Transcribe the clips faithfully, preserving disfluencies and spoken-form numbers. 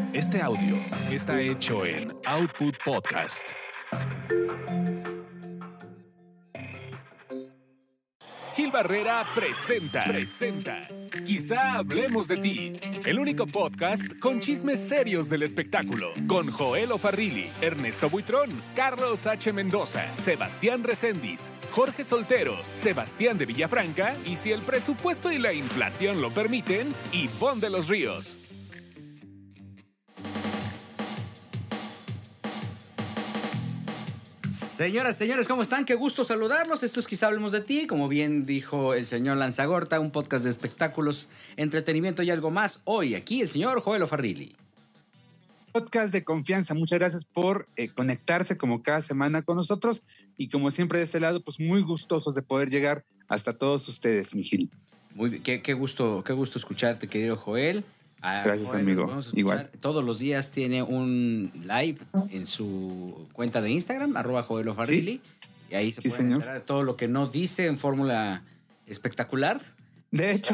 Este audio está hecho en Output Podcast. Gil Barrera presenta, presenta. Quizá hablemos de ti. El único podcast con chismes serios del espectáculo. Con Joel O'Farrilli, Ernesto Buitrón, Carlos H. Mendoza, Sebastián Recendis, Jorge Soltero, Sebastián de Villafranca y, si el presupuesto y la inflación lo permiten, Ivonne de los Ríos. Señoras, señores, ¿cómo están? Qué gusto saludarlos. Esto es Quizá Hablemos de Ti. Como bien dijo el señor Lanzagorta, un podcast de espectáculos, entretenimiento y algo más. Hoy aquí el señor Joel O'Farrilli. Podcast de confianza. Muchas gracias por eh, conectarse como cada semana con nosotros. Y como siempre de este lado, pues muy gustosos de poder llegar hasta todos ustedes, mi Gil. Muy bien, qué, qué gusto, qué gusto escucharte, querido Joel. Ah, Gracias, Joel, amigo. Igual. Todos los días tiene un live en su cuenta de Instagram, arroba Joel O'Farrilli. ¿Sí? Y ahí se sí, puede enterar de todo lo que no dice en fórmula espectacular. De hecho,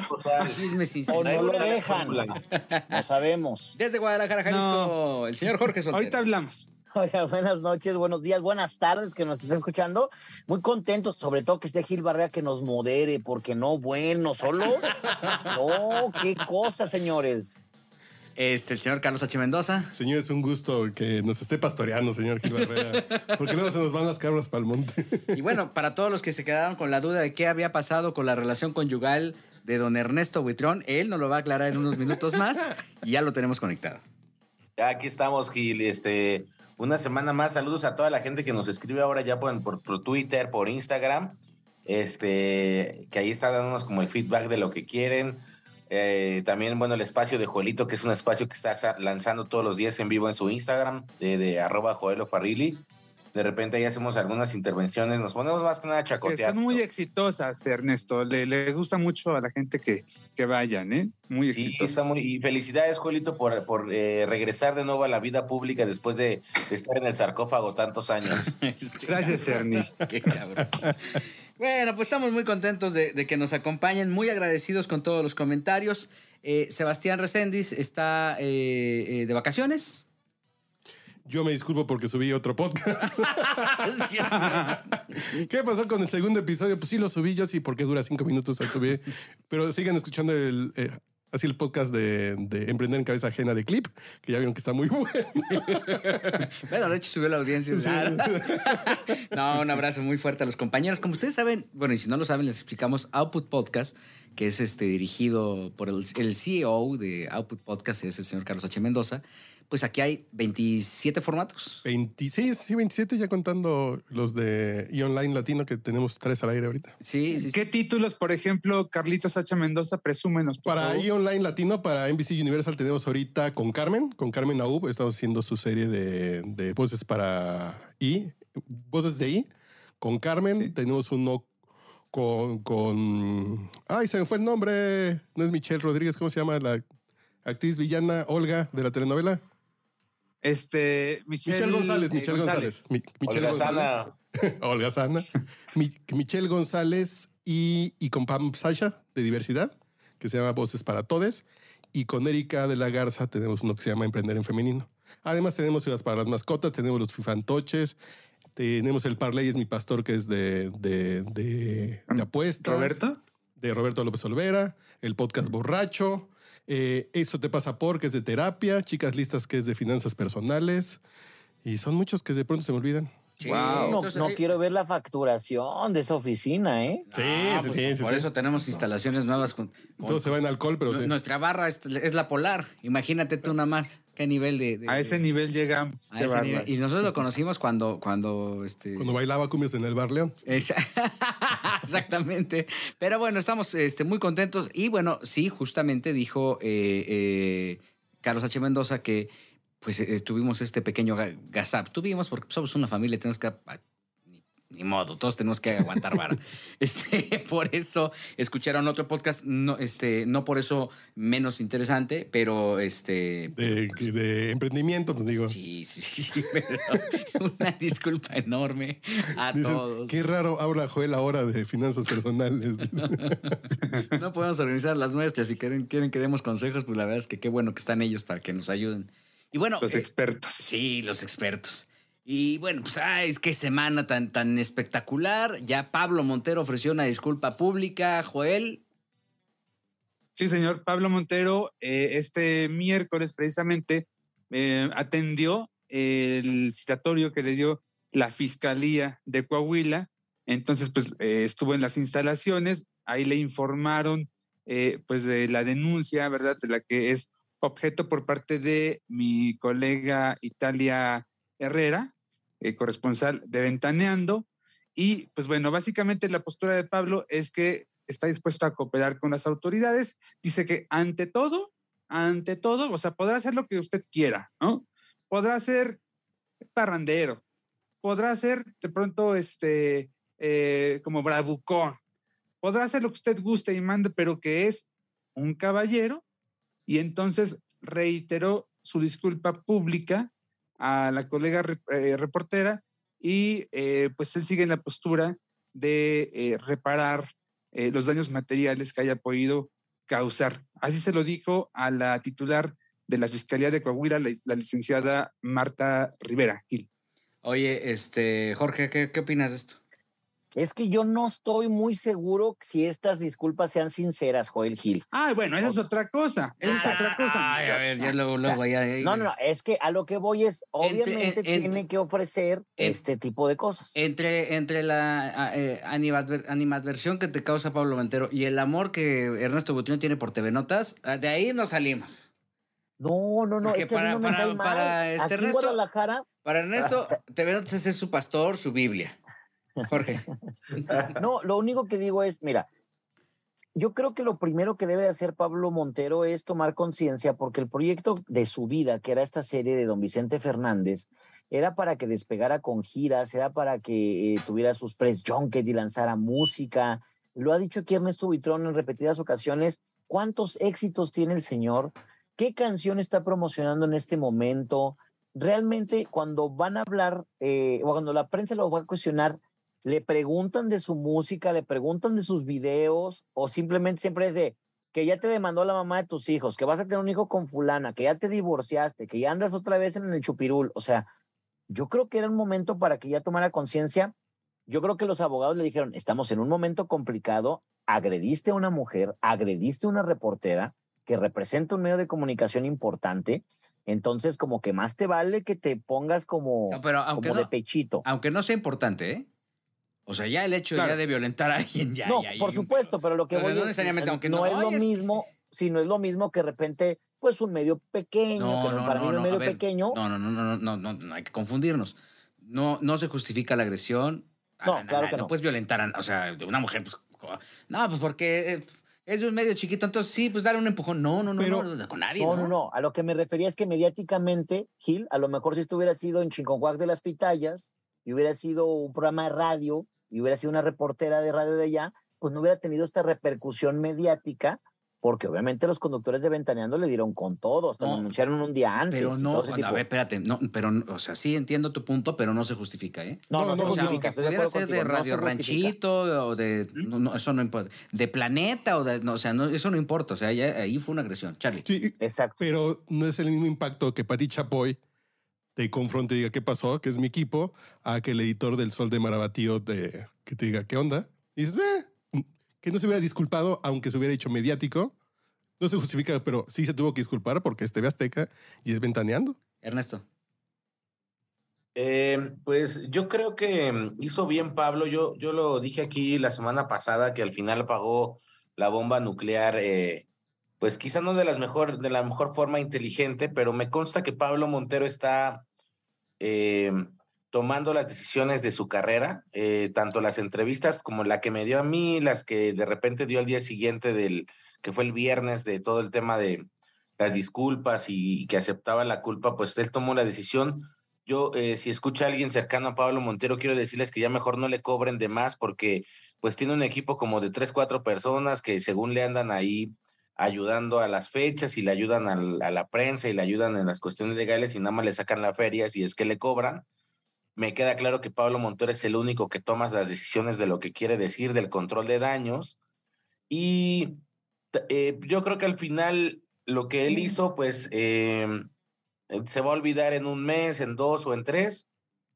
o no lo dejan, no sabemos. Desde Guadalajara, Jalisco, no. El señor Jorge Soltero. Ahorita hablamos. Oiga, buenas noches, buenos días, buenas tardes que nos esté escuchando. Muy contentos, sobre todo que esté Gil Barrera que nos modere, porque no, bueno, solos. No, qué cosa, señores. Este, el señor Carlos H. Mendoza. Señor, es un gusto que nos esté pastoreando, señor Gil Barrera, porque luego se nos van las cabras para el monte. Y bueno, para todos los que se quedaron con la duda de qué había pasado con la relación conyugal de don Ernesto Buitrón, él nos lo va a aclarar en unos minutos más y ya lo tenemos conectado. Aquí estamos, Gil, este... Una semana más, saludos a toda la gente que nos escribe ahora ya por, por, por Twitter, por Instagram, este, que ahí está dándonos como el feedback de lo que quieren. Eh, también, bueno, el espacio de Joelito, que es un espacio que está lanzando todos los días en vivo en su Instagram, de, de arroba Joel O'Farrilli. De repente ahí hacemos algunas intervenciones, nos ponemos más que nada a chacotear. Son muy exitosas, Ernesto. Le, le gusta mucho a la gente que, que vayan, ¿eh? Muy sí, exitosas. Está muy, y felicidades, Joelito, por, por eh, regresar de nuevo a la vida pública después de, de estar en el sarcófago tantos años. Gracias, Ernie. Qué cabrón. Bueno, pues estamos muy contentos de, de que nos acompañen, muy agradecidos con todos los comentarios. Eh, Sebastián Recendis está eh, eh, de vacaciones. Yo me disculpo porque subí otro podcast. Sí, sí. ¿Qué pasó con el segundo episodio? Pues sí lo subí yo, sí, porque dura cinco minutos al subir. Pero sigan escuchando el, eh, así el podcast de, de Emprender en Cabeza Ajena de Clip, que ya vieron que está muy bueno. Bueno, de hecho subió la audiencia. Sí. No, un abrazo muy fuerte a los compañeros. Como ustedes saben, bueno, y si no lo saben, les explicamos Output Podcast, que es este dirigido por el, el C E O de Output Podcast, es el señor Carlos H. Mendoza. Pues aquí hay veintisiete formatos. veintiséis, sí, veintisiete, ya contando los de eOnline Latino, que tenemos tres al aire ahorita. Sí, sí. ¿Qué sí. títulos, por ejemplo, Carlitos H. Mendoza, presúmenos? Por para favor. eOnline Latino, para N B C Universal, tenemos ahorita con Carmen, con Carmen Aub, estamos haciendo su serie de, de voces para I, voces de I. Con Carmen sí. Tenemos uno con, con... Ay, se me fue el nombre. No es Michelle Rodríguez, ¿cómo se llama? La actriz villana Olga de la telenovela. Este, Michelle, Michelle González, Michelle González. González. Mi, Michelle Olga González. Sana. Olga Sana. Mi, Michelle González y, y con Pam Sasha de Diversidad, que se llama Voces para Todes. Y con Erika de la Garza tenemos uno que se llama Emprender en Femenino. Además tenemos Ciudad para las Mascotas, tenemos los Fifantoches, tenemos el Parley es mi pastor, que es de, de, de, de apuestas. ¿Roberto? De Roberto López Olvera, el podcast Borracho. Eh, Eso te pasa por, que es de terapia, Chicas Listas, que es de finanzas personales, y son muchos que de pronto se me olvidan. Sí, wow. No, Entonces, no eh, quiero ver la facturación de esa oficina, ¿eh? Sí, ah, sí, pues, sí, sí. Por sí. eso tenemos instalaciones nuevas. Con, con, Todo se va en alcohol, pero n- sí. Nuestra barra es, es la Polar. Imagínate tú nada más qué nivel de... de a ese de, nivel llegamos. A ese nivel. Y nosotros lo conocimos cuando... Cuando, este... cuando bailaba cumbias en el Bar León. Exactamente. Pero bueno, estamos este, muy contentos. Y bueno, sí, justamente dijo eh, eh, Carlos H. Mendoza que pues eh, tuvimos este pequeño gazap. Tuvimos porque somos una familia, tenemos que... Ni, ni modo, todos tenemos que aguantar vara. este, por eso escucharon otro podcast, no, este, no por eso menos interesante, pero... este De, de emprendimiento, pues digo. Sí, sí, sí, pero una disculpa enorme a Dicen, todos. qué raro habla Joel ahora de finanzas personales. No podemos organizar las nuestras. Si quieren, quieren que demos consejos, pues la verdad es que qué bueno que están ellos para que nos ayuden. Y bueno, Los eh, expertos. Sí, los expertos. Y bueno, pues, ay, es que semana tan, tan espectacular. Ya Pablo Montero ofreció una disculpa pública, Joel. Sí, señor. Pablo Montero, eh, este miércoles precisamente eh, atendió el citatorio que le dio la Fiscalía de Coahuila. Entonces, pues eh, estuvo en las instalaciones, ahí le informaron eh, pues de la denuncia, ¿verdad? De la que es objeto por parte de mi colega Italia Herrera, eh, corresponsal de Ventaneando. Y pues bueno, básicamente la postura de Pablo es que está dispuesto a cooperar con las autoridades. Dice que ante todo, ante todo, o sea, podrá hacer lo que usted quiera, ¿no? Podrá ser parrandero, podrá ser de pronto este, eh, como bravucón, podrá hacer lo que usted guste y mande, pero que es un caballero. Y entonces reiteró su disculpa pública a la colega eh, reportera y eh, pues él sigue en la postura de eh, reparar eh, los daños materiales que haya podido causar. Así se lo dijo a la titular de la Fiscalía de Coahuila, la, la licenciada Marta Rivera Gil. Oye, este, Jorge, ¿qué, qué opinas de esto? Es que yo no estoy muy seguro si estas disculpas sean sinceras, Joel Gil. Ah, bueno, esa es otra cosa. Esa es otra cosa. Ay, a ver, ya luego, luego, o sea, ya, ya, No, no, no, es que a lo que voy es, obviamente Entre- en- tiene en- que ofrecer en- este tipo de cosas. Entre, entre la eh, animadver- animadversión que te causa Pablo Montero y el amor que Ernesto Buitrón tiene por T V Notas, de ahí nos salimos. No, no, no, Porque es que para- a mí no para- me cae mal. para este Aquí en Ernesto- Guadalajara, Para Ernesto, T V Notas es su pastor, su Biblia. Jorge. no, lo único que digo es, mira, yo creo que lo primero que debe de hacer Pablo Montero es tomar conciencia, porque el proyecto de su vida, que era esta serie de Don Vicente Fernández, era para que despegara con giras, era para que eh, tuviera sus press junket y lanzara música. Lo ha dicho aquí Ernesto Buitrón en repetidas ocasiones. ¿Cuántos éxitos tiene el señor? ¿Qué canción está promocionando en este momento? Realmente, cuando van a hablar, eh, o cuando la prensa lo va a cuestionar, le preguntan de su música, le preguntan de sus videos, o simplemente siempre es de que ya te demandó la mamá de tus hijos, que vas a tener un hijo con fulana, que ya te divorciaste, que ya andas otra vez en el chupirul. O sea, yo creo que era un momento para que ya tomara conciencia. Yo creo que los abogados le dijeron, estamos en un momento complicado, agrediste a una mujer, agrediste a una reportera que representa un medio de comunicación importante, entonces como que más te vale que te pongas como, No, pero aunque como de no- pechito. Aunque no sea importante, ¿eh? O sea, ya el hecho Claro. ya de violentar a alguien, ya, no, ya, ya por hay un supuesto, pero lo que O sea, voy no es, necesariamente, aunque no, no, es lo "Ay, es que-". mismo, si no es lo mismo que de repente, pues un medio pequeño, No, que no, no, para no, mí no no, es a medio ver, pequeño. No, no, no, no, no, no, no, no hay que confundirnos. No, no se justifica la agresión. No, Ah, claro que no no. puedes violentar a, o sea, de una mujer, pues, co- no, pues porque eh, es de un medio chiquito, entonces sí, pues dale un empujón. No, no, no, Pero- no, con nadie, No, ¿no? no, no. A lo que me refería es que mediáticamente, Gil, a lo mejor si esto hubiera sido en Chinconcuac de las Pitayas y hubiera sido un programa de radio y hubiera sido una reportera de radio de allá, pues no hubiera tenido esta repercusión mediática, porque obviamente los conductores de Ventaneando le dieron con todo, hasta No, lo anunciaron un día antes. Pero y no, todo ese a tipo. ver, espérate, no, pero, o sea, sí entiendo tu punto, pero no se justifica, ¿eh? No, no, No, se no, O sea, justifica. aunque estoy de pudiera acuerdo ser de contigo, no se Radio justifica. Ranchito o de, no, no, eso no importa, de Planeta o de, no, o sea, no, eso no importa, o sea, ya, ahí fue una agresión, Charlie. Sí, Exacto. pero no es el mismo impacto que Pati Chapoy te confronte y diga qué pasó, que es mi equipo, a que el editor del Sol de Marabatío te, que te diga qué onda. Y dices, eh, que no se hubiera disculpado, aunque se hubiera hecho mediático. No se justifica, pero sí se tuvo que disculpar porque es T V Azteca y es Ventaneando. Ernesto. Eh, pues yo creo que mm, hizo bien Pablo. Yo, yo lo dije aquí la semana pasada que al final apagó la bomba nuclear, eh, pues quizá no de las mejor, de la mejor forma inteligente, pero me consta que Pablo Montero está eh, tomando las decisiones de su carrera, eh, tanto las entrevistas como la que me dio a mí, las que de repente dio al día siguiente del, que fue el viernes, de todo el tema de las disculpas y, y que aceptaba la culpa, pues él tomó la decisión. Yo, eh, si escucha a alguien cercano a Pablo Montero, quiero decirles que ya mejor no le cobren de más porque pues tiene un equipo como de tres, cuatro personas que según le andan ahí ayudando a las fechas y le ayudan al, a la prensa y le ayudan en las cuestiones legales y nada más le sacan la feria si es que le cobran. Me queda claro que Pablo Montero es el único que toma las decisiones de lo que quiere decir, del control de daños. Y eh, yo creo que al final lo que él hizo, pues... Eh, eh, se va a olvidar en un mes, en dos o en tres.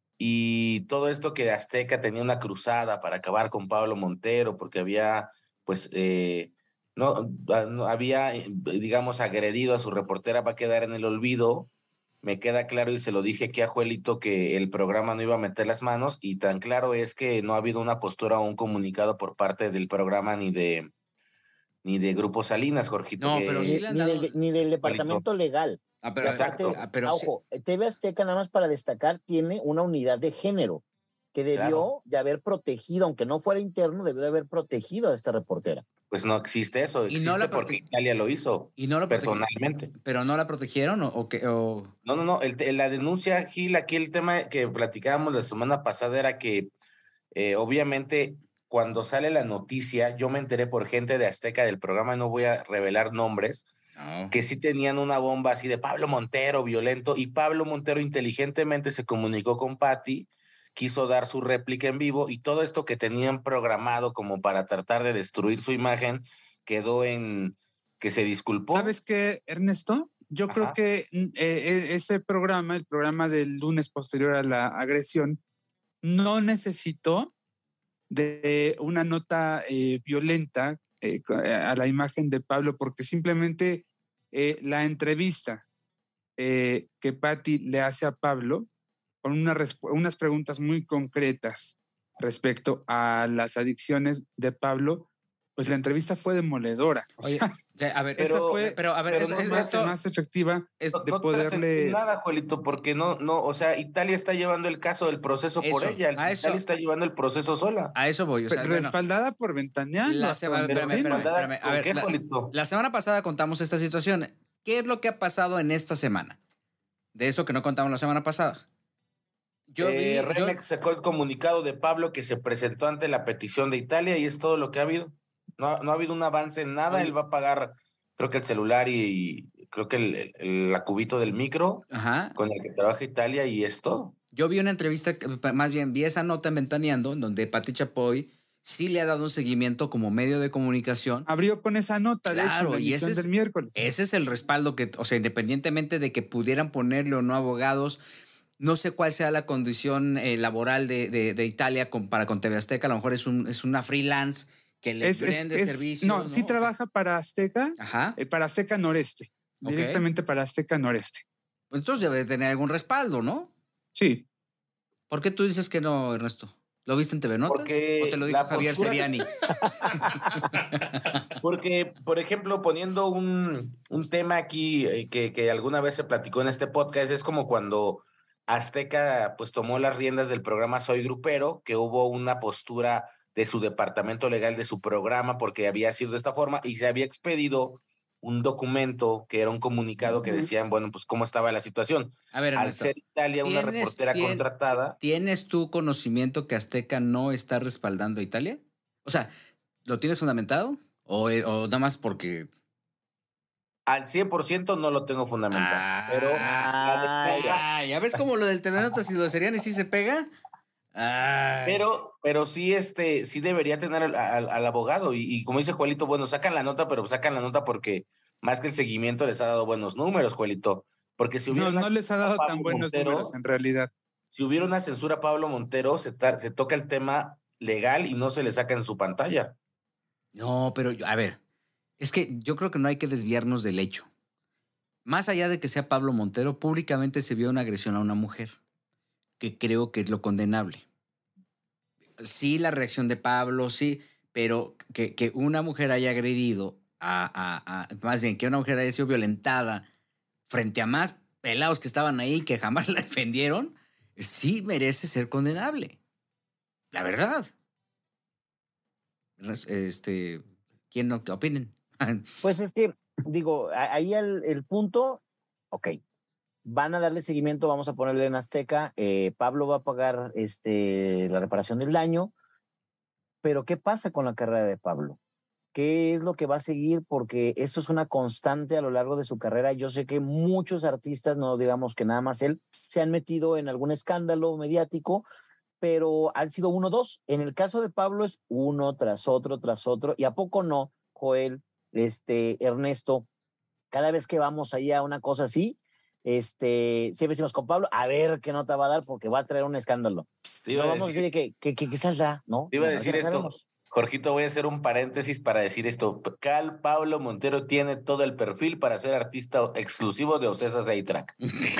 Y todo esto que Azteca tenía una cruzada para acabar con Pablo Montero, porque había, pues, eh, no, no había, eh, digamos, agredido a su reportera, va a quedar en el olvido. Me queda claro y se lo dije aquí a Juelito que el programa no iba a meter las manos, y tan claro es que no ha habido una postura o un comunicado por parte del programa ni de ni de Grupo Salinas, Jorgito. No, que, pero sí Ni, le han ni dado. del, ni del departamento legal. Ah, Y pero, aparte, Exacto. ah, pero ah, sí. ojo, T V Azteca, nada más para destacar, tiene una unidad de género que debió Claro. de haber protegido, aunque no fuera interno, debió de haber protegido a esta reportera. Pues no existe eso, Y no existe la porque prote- Italia lo hizo y no la protegi- personalmente. pero no la protegieron o, o que o... No, no, no, el te- la denuncia, Gil, aquí el tema que platicábamos la semana pasada era que eh, obviamente cuando sale la noticia, yo me enteré por gente de Azteca del programa, y no voy a revelar nombres, No. que sí tenían una bomba así de Pablo Montero violento, y Pablo Montero inteligentemente se comunicó con Patty, quiso dar su réplica en vivo, y todo esto que tenían programado como para tratar de destruir su imagen quedó en que se disculpó. ¿Sabes qué, Ernesto? Yo Ajá. creo que mm, eh, ese programa, el programa del lunes posterior a la agresión, no necesitó de una nota eh, violenta eh, a la imagen de Pablo, porque simplemente eh, la entrevista eh, que Patty le hace a Pablo con una unas preguntas muy concretas respecto a las adicciones de Pablo, pues la entrevista fue demoledora. O Oye, sea, o sea, a ver, pero- esa fue, pero a ver, pero eso- no eso- más, esto- más efectiva es- No, de no trascendió poderle... nada, Juelito, porque no, no, o sea, Italia está llevando el caso del proceso por Eso, ella, a Italia eso- está llevando el proceso sola. a eso voy. O sea, bueno, respaldada por Ventaneando. la hasta semana, donde Pero espérame, tengo. espérame, respaldada, espérame. A ¿con ver, qué, la, Juelito? la semana pasada contamos esta situación. ¿Qué es lo que ha pasado en esta semana? De eso que no contamos la semana pasada. Yo Eh, vi, yo- Remex sacó el comunicado de Pablo que se presentó ante la petición de Italia, y es todo lo que ha habido. No, ha- no ha habido un avance en nada. Oye. Él va a pagar, creo que el celular y, y creo que el, el- el- la cubito del micro ajá, con el que trabaja Italia, y es todo. yo vi una entrevista, que- más bien vi esa nota en Ventaneando, en donde Pati Chapoy sí le ha dado un seguimiento como medio de comunicación. Abrió con esa nota, de hecho, Claro, en la y ese emisión es- del miércoles. Ese es el respaldo que, o sea, independientemente de que pudieran ponerle o no abogados, no sé cuál sea la condición eh, laboral de, de- de Italia con, para con T V Azteca, a lo mejor es, un, es una freelance que le Es- es- vende es- servicios. no, sí trabaja para Azteca, Ajá. eh, para Azteca Noreste, Ok. directamente para Azteca Noreste. Pues entonces debe de tener algún respaldo, ¿no? Sí. ¿Por qué tú dices que no, Ernesto? ¿Lo viste en T V Notas? Porque ¿O te lo dijo la Javier postura- Seriani? Porque, por ejemplo, poniendo un, un tema aquí eh, que, que alguna vez se platicó en este podcast, es como cuando Azteca pues tomó las riendas del programa Soy Grupero, que hubo una postura de su departamento legal de su programa porque había sido de esta forma, y se había expedido un documento que era un comunicado que Ujú. decían, bueno, pues cómo estaba la situación. A ver, Al Ernesto, ser Italia una ¿tienes- reportera tien- contratada, ¿tienes tú conocimiento que Azteca no está respaldando a Italia? O sea, ¿lo tienes fundamentado? ¿O, eh, o nada más porque... al cien por ciento no lo tengo fundamentado. pero Ay, Ah, ¿ya ves cómo lo del T V Notas y lo de Seriani sí se pega? Ay. Pero, pero sí, este, sí debería tener al, al- al abogado. Y, y como dice Juelito, bueno, sacan la nota, pero sacan la nota porque más que el seguimiento les ha dado buenos números, Juelito. Porque si hubiera No, una no les ha censura a dado tan Pablo buenos Montero, números, en realidad. si hubiera una censura a Pablo Montero, se, ta- se toca el tema legal y no se le saca en su pantalla. No, pero yo- a ver, es que yo creo que no hay que desviarnos del hecho. Más allá de que sea Pablo Montero, públicamente se vio una agresión a una mujer, que creo que es lo condenable. Sí, la reacción de Pablo, sí, pero que, que una mujer haya agredido a, a- a- más bien, que una mujer haya sido violentada frente a más pelados que estaban ahí que jamás la defendieron, sí merece ser condenable. La verdad. Este, ¿quién no que opinen? pues es que, digo, a- ahí el, el punto, ok, van a darle seguimiento, vamos a ponerle en Azteca, eh, Pablo va a pagar este, la reparación del daño, pero ¿qué pasa con la carrera de Pablo? ¿Qué es lo que va a seguir? Porque esto es una constante a lo largo de su carrera. Yo sé que muchos artistas, no digamos que nada más él, se han metido en algún escándalo mediático, pero han sido uno o dos. En el caso de Pablo es uno tras otro, tras otro. ¿Y a poco no, Joel, este, Ernesto? Cada vez que vamos ahí a una cosa así, este, siempre decimos con Pablo, a ver qué nota va a dar porque va a traer un escándalo. Te iba No a vamos decir- a decir que, que, que, que saldrá, ¿no? Te iba a No, decir ya esto, sabemos. Jorgito, voy a hacer un paréntesis para decir esto. Cal Pablo Montero tiene todo el perfil para ser artista exclusivo de Ocesa Seitrack.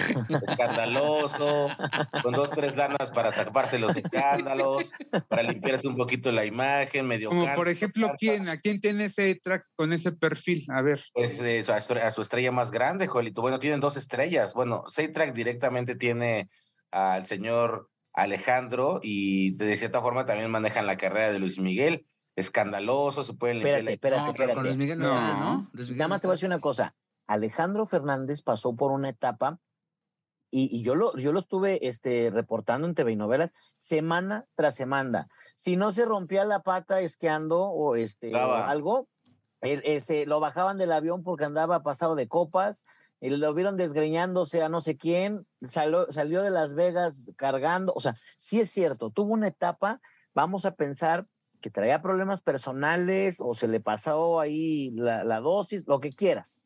Escandaloso, con dos, tres lanas para sacarte los escándalos, para limpiarse un poquito la imagen, medio Como canta, por ejemplo, canta. ¿quién? ¿A quién tiene ese track con ese perfil? A ver. Pues, eh, a, su, a su estrella más grande, Joelito. Bueno, tienen dos estrellas. Bueno, Seitrack directamente tiene al señor Alejandro y de cierta forma también manejan la carrera de Luis Miguel. Escandaloso, se pueden limpiar la Espérate, espérate, No, pero con espérate. Luis Miguel no, No. está, ¿no? Luis Miguel Nada no más te voy a está. decir una cosa. Alejandro Fernández pasó por una etapa y, y yo, lo, yo lo estuve este, reportando en T V y novelas semana tras semana. Si no se rompía la pata esquiando o, este, o Brava. algo, él, ese, lo bajaban del avión porque andaba pasado de copas, y lo vieron desgreñándose a no sé quién, salió, salió de Las Vegas cargando. O sea, sí es cierto, tuvo una etapa, vamos a pensar que traía problemas personales o se le pasó ahí la, la dosis, lo que quieras.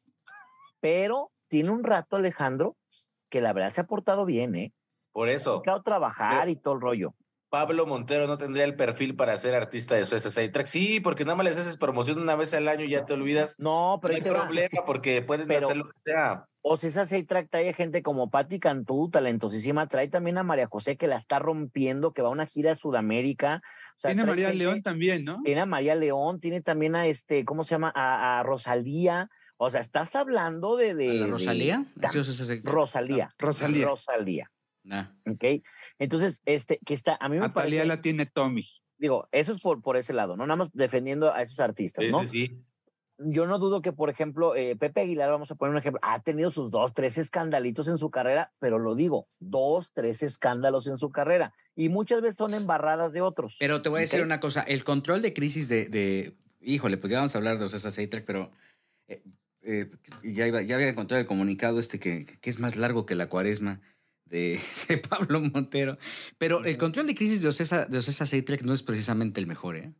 Pero tiene un rato, Alejandro, que la verdad se ha portado bien, ¿eh? Por Ha eso, dedicado a trabajar Pero- y todo el rollo. Pablo Montero no tendría el perfil para ser artista de Suecia Seitrack. Sí, porque nada más les haces promoción una vez al año y ya te olvidas. No, pero No ahí hay te va. problema porque pueden Pero- hacer lo que sea. O si esa Seitrack trae gente como Patti Cantú, talentosísima, trae también a María José que la está rompiendo, que va a una gira a Sudamérica. O sea, Tiene trae María gente- León también, ¿no? Tiene a María León, tiene también a este, ¿cómo se llama? A, a Rosalía. O sea, estás hablando de. de ¿A la de- Rosalía? ¿Sí, o sea, ese- Rosalía. Rosalía. Rosalía. Ah. ¿Ok? Entonces, este, que está, a mí me A Thalía parece, la tiene Tommy. digo, eso es por, por ese lado, no nada más defendiendo a esos artistas, Sí, ¿no? sí, sí. Yo no dudo que, por ejemplo, eh, Pepe Aguilar, vamos a poner un ejemplo, ha tenido sus dos, tres escandalitos en su carrera, pero lo digo, dos, tres escándalos en su carrera, y muchas veces son embarradas de otros. Pero te voy a decir ¿ok? una cosa, el control de crisis de, de- híjole, pues ya vamos a hablar de Ocesa Seitrack, pero eh, eh, ya, iba- ya había encontrado el comunicado este que, que es más largo que la cuaresma de, de Pablo Montero, pero el control de crisis de Ocesa, de Ocesa Seitrack no es precisamente el mejor, ¿eh?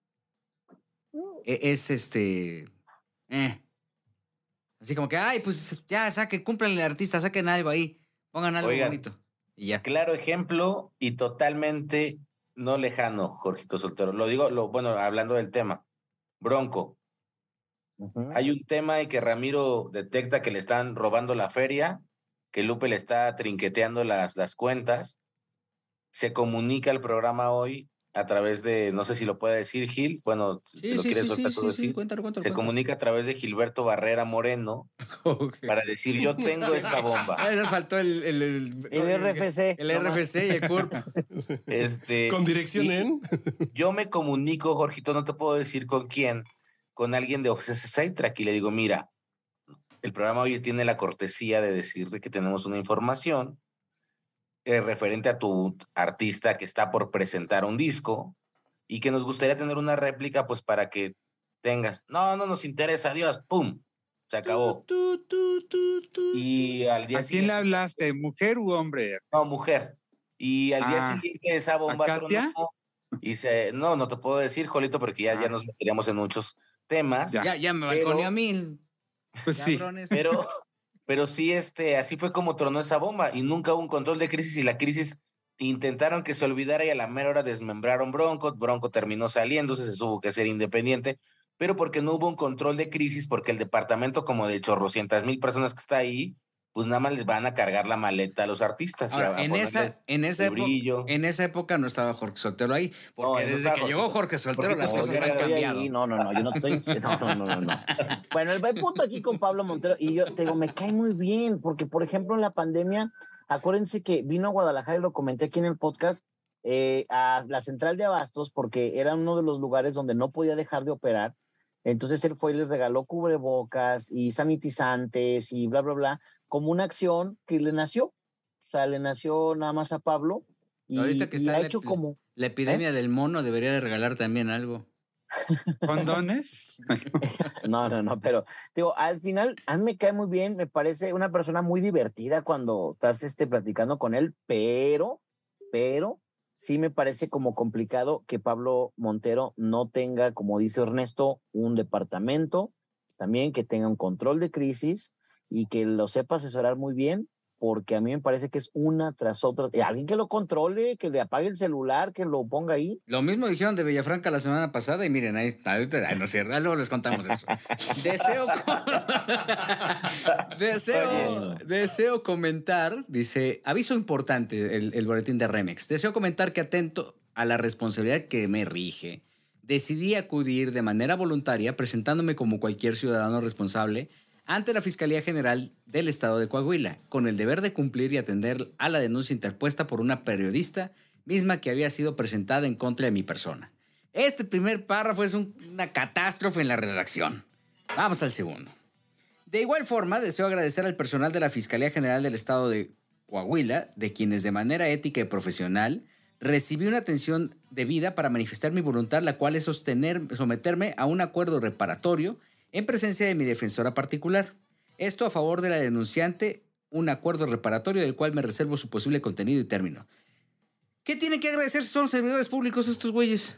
E- Es este, eh. Así como que, ay, pues ya, saquen, cumplan el artista, saquen algo ahí, pongan algo Oigan. bonito. Y ya. Claro ejemplo y totalmente no lejano, Jorgito Soltero. Lo digo, lo, bueno, hablando del tema. Bronco. Ujú. Hay un tema en que Ramiro detecta que le están robando la feria, que Lupe le está trinqueteando las, las cuentas. Se comunica el programa hoy a través de, no sé si lo puede decir Gil, bueno, si lo quieres ahorita tú decir. cuéntalo, cuéntalo, Se cuéntalo. comunica a través de Gilberto Barrera Moreno Ok. para decir, yo tengo esta bomba. Ah, nos faltó el, el, el, El R F C, El R F C y el C U R P. Este, Con dirección y en. Yo me comunico, Jorgito, no te puedo decir con quién, con alguien de Ocesa Seitrack y le digo, mira, el programa hoy tiene la cortesía de decirte que tenemos una información eh, referente a tu artista que está por presentar un disco y que nos gustaría tener una réplica, pues para que tengas. No, no nos interesa, adiós, pum, se acabó. Tu, tu, tu, tu, Y al día ¿A quién le siguiente, hablaste? ¿Mujer u hombre? no, mujer. Y al día Ah, siguiente esa bomba ¿a Katia? tronó y se, no, no te puedo decir, Jolito, porque ya, ya Ah. nos meteríamos en muchos temas. Ya. Ya, ya me Pero- balconeó a mí. Pues sí. Cabrones. Pero, pero sí, este, así fue como tronó esa bomba y nunca hubo un control de crisis y la crisis intentaron que se olvidara y a la mera hora desmembraron Bronco. Bronco terminó saliéndose, se tuvo que ser independiente, pero porque no hubo un control de crisis, porque el departamento como de chorrocientas mil personas que está ahí, pues nada más les van a cargar la maleta a los artistas. y a- Ahora, a en esa, ponerles en, esa el época, brillo. en esa época no estaba Jorge Soltero ahí, porque no desde estaba que Jorge llegó Soltero. Jorge Soltero Porque las como cosas yo han estoy cambiado. Ahí, no, no, no, yo no estoy. No, no, no, no, no. Bueno, el, el punto aquí con Pablo Montero, y yo te digo, me cae muy bien, porque por ejemplo en la pandemia, acuérdense que vino a Guadalajara y lo comenté aquí en el podcast, eh, a la central de abastos, porque era uno de los lugares donde no podía dejar de operar. Entonces él fue y les regaló cubrebocas y sanitizantes y bla, bla, bla, como una acción que le nació. O sea, le nació nada más a Pablo y, Ahorita que y está ha la hecho epi- como. La epidemia del mono debería de regalar también algo. ¿Condones? No, no, no, pero digo, al final a mí me cae muy bien, me parece una persona muy divertida cuando estás este, platicando con él, pero, pero sí me parece como complicado que Pablo Montero no tenga, como dice Ernesto, un departamento, también que tenga un control de crisis y que lo sepa asesorar muy bien, porque a mí me parece que es una tras otra. Y alguien que lo controle, que le apague el celular, que lo ponga ahí. Lo mismo dijeron de Villafranca la semana pasada y miren, ahí está. Ay, no es cierto, luego les contamos eso. Deseo, deseo, deseo comentar, dice, aviso importante el, el boletín de Remex. Deseo comentar que atento a la responsabilidad que me rige, decidí acudir de manera voluntaria presentándome como cualquier ciudadano responsable ante la Fiscalía General del Estado de Coahuila, con el deber de cumplir y atender a la denuncia interpuesta por una periodista misma que había sido presentada en contra de mi persona. Este primer párrafo es un, una catástrofe en la redacción. Vamos al segundo. De igual forma, deseo agradecer al personal de la Fiscalía General del Estado de Coahuila, de quienes de manera ética y profesional recibí una atención debida para manifestar mi voluntad, la cual es sostener, someterme a un acuerdo reparatorio en presencia de mi defensora particular. Esto a favor de la denunciante, un acuerdo reparatorio del cual me reservo su posible contenido y término. ¿Qué tienen que agradecer si son servidores públicos estos güeyes?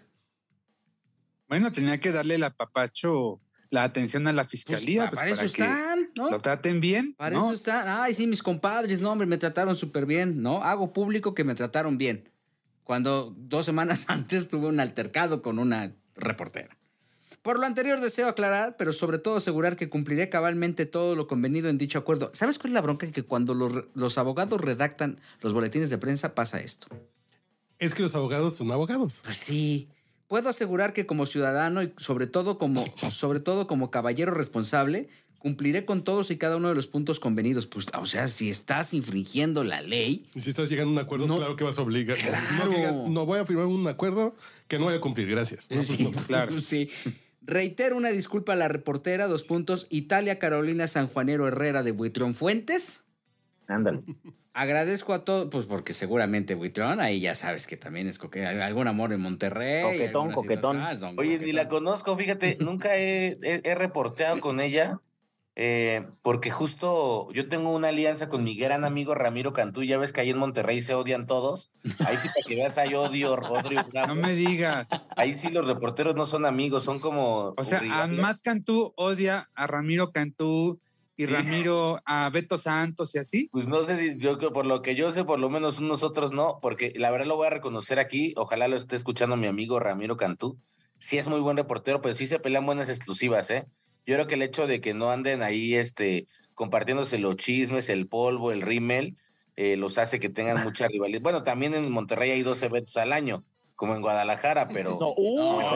Bueno, tenía que darle el apapacho, la atención a la fiscalía. Pues, pues, para, para eso que están, ¿no? lo traten bien. Para ¿no? eso están. Ay, sí, mis compadres, no, hombre, me trataron súper bien, ¿no? Hago público que me trataron bien. Cuando dos semanas antes tuve un altercado con una reportera. Por lo anterior deseo aclarar, pero sobre todo asegurar que cumpliré cabalmente todo lo convenido en dicho acuerdo. ¿Sabes cuál es la bronca? Que cuando los, los abogados redactan los boletines de prensa pasa esto. Es que los abogados son abogados. Pues sí. Puedo asegurar que como ciudadano y sobre todo como, sobre todo como caballero responsable, cumpliré con todos y cada uno de los puntos convenidos. Pues, o sea, si estás infringiendo la ley... Y si estás llegando a un acuerdo, no, claro que vas a obligar. Claro. No, que, no voy a firmar un acuerdo que no voy a cumplir, gracias. No, sí, pues no. Claro. Sí. Reitero una disculpa a la reportera, dos puntos, Italia Carolina Sanjuanero Herrera de Buitrón Fuentes. Ándale. Agradezco a todos, pues porque seguramente Buitrón, ahí ya sabes que también es coque, algún amor en Monterrey. Coquetón, coquetón. Más, don, Oye, coquetón. ni la conozco, fíjate, nunca he, he, he reporteado con ella, eh, porque justo yo tengo una alianza con mi gran amigo Ramiro Cantú, ya ves que ahí en Monterrey se odian todos, ahí sí para que veas hay odio, odio. No me digas. Ahí sí los reporteros no son amigos, son como... O sea, a Matt Cantú odia a Ramiro Cantú y Sí. Ramiro a Beto Santos y así. Pues no sé si yo, por lo que yo sé, por lo menos nosotros no, porque la verdad lo voy a reconocer aquí, ojalá lo esté escuchando mi amigo Ramiro Cantú. Sí es muy buen reportero, pero sí se pelean buenas exclusivas, ¿eh? Yo creo que el hecho de que no anden ahí este, compartiéndose los chismes, el polvo, el rímel, eh, los hace que tengan mucha rivalidad. Bueno, también en Monterrey hay dos eventos al año, como en Guadalajara, pero... No, uh,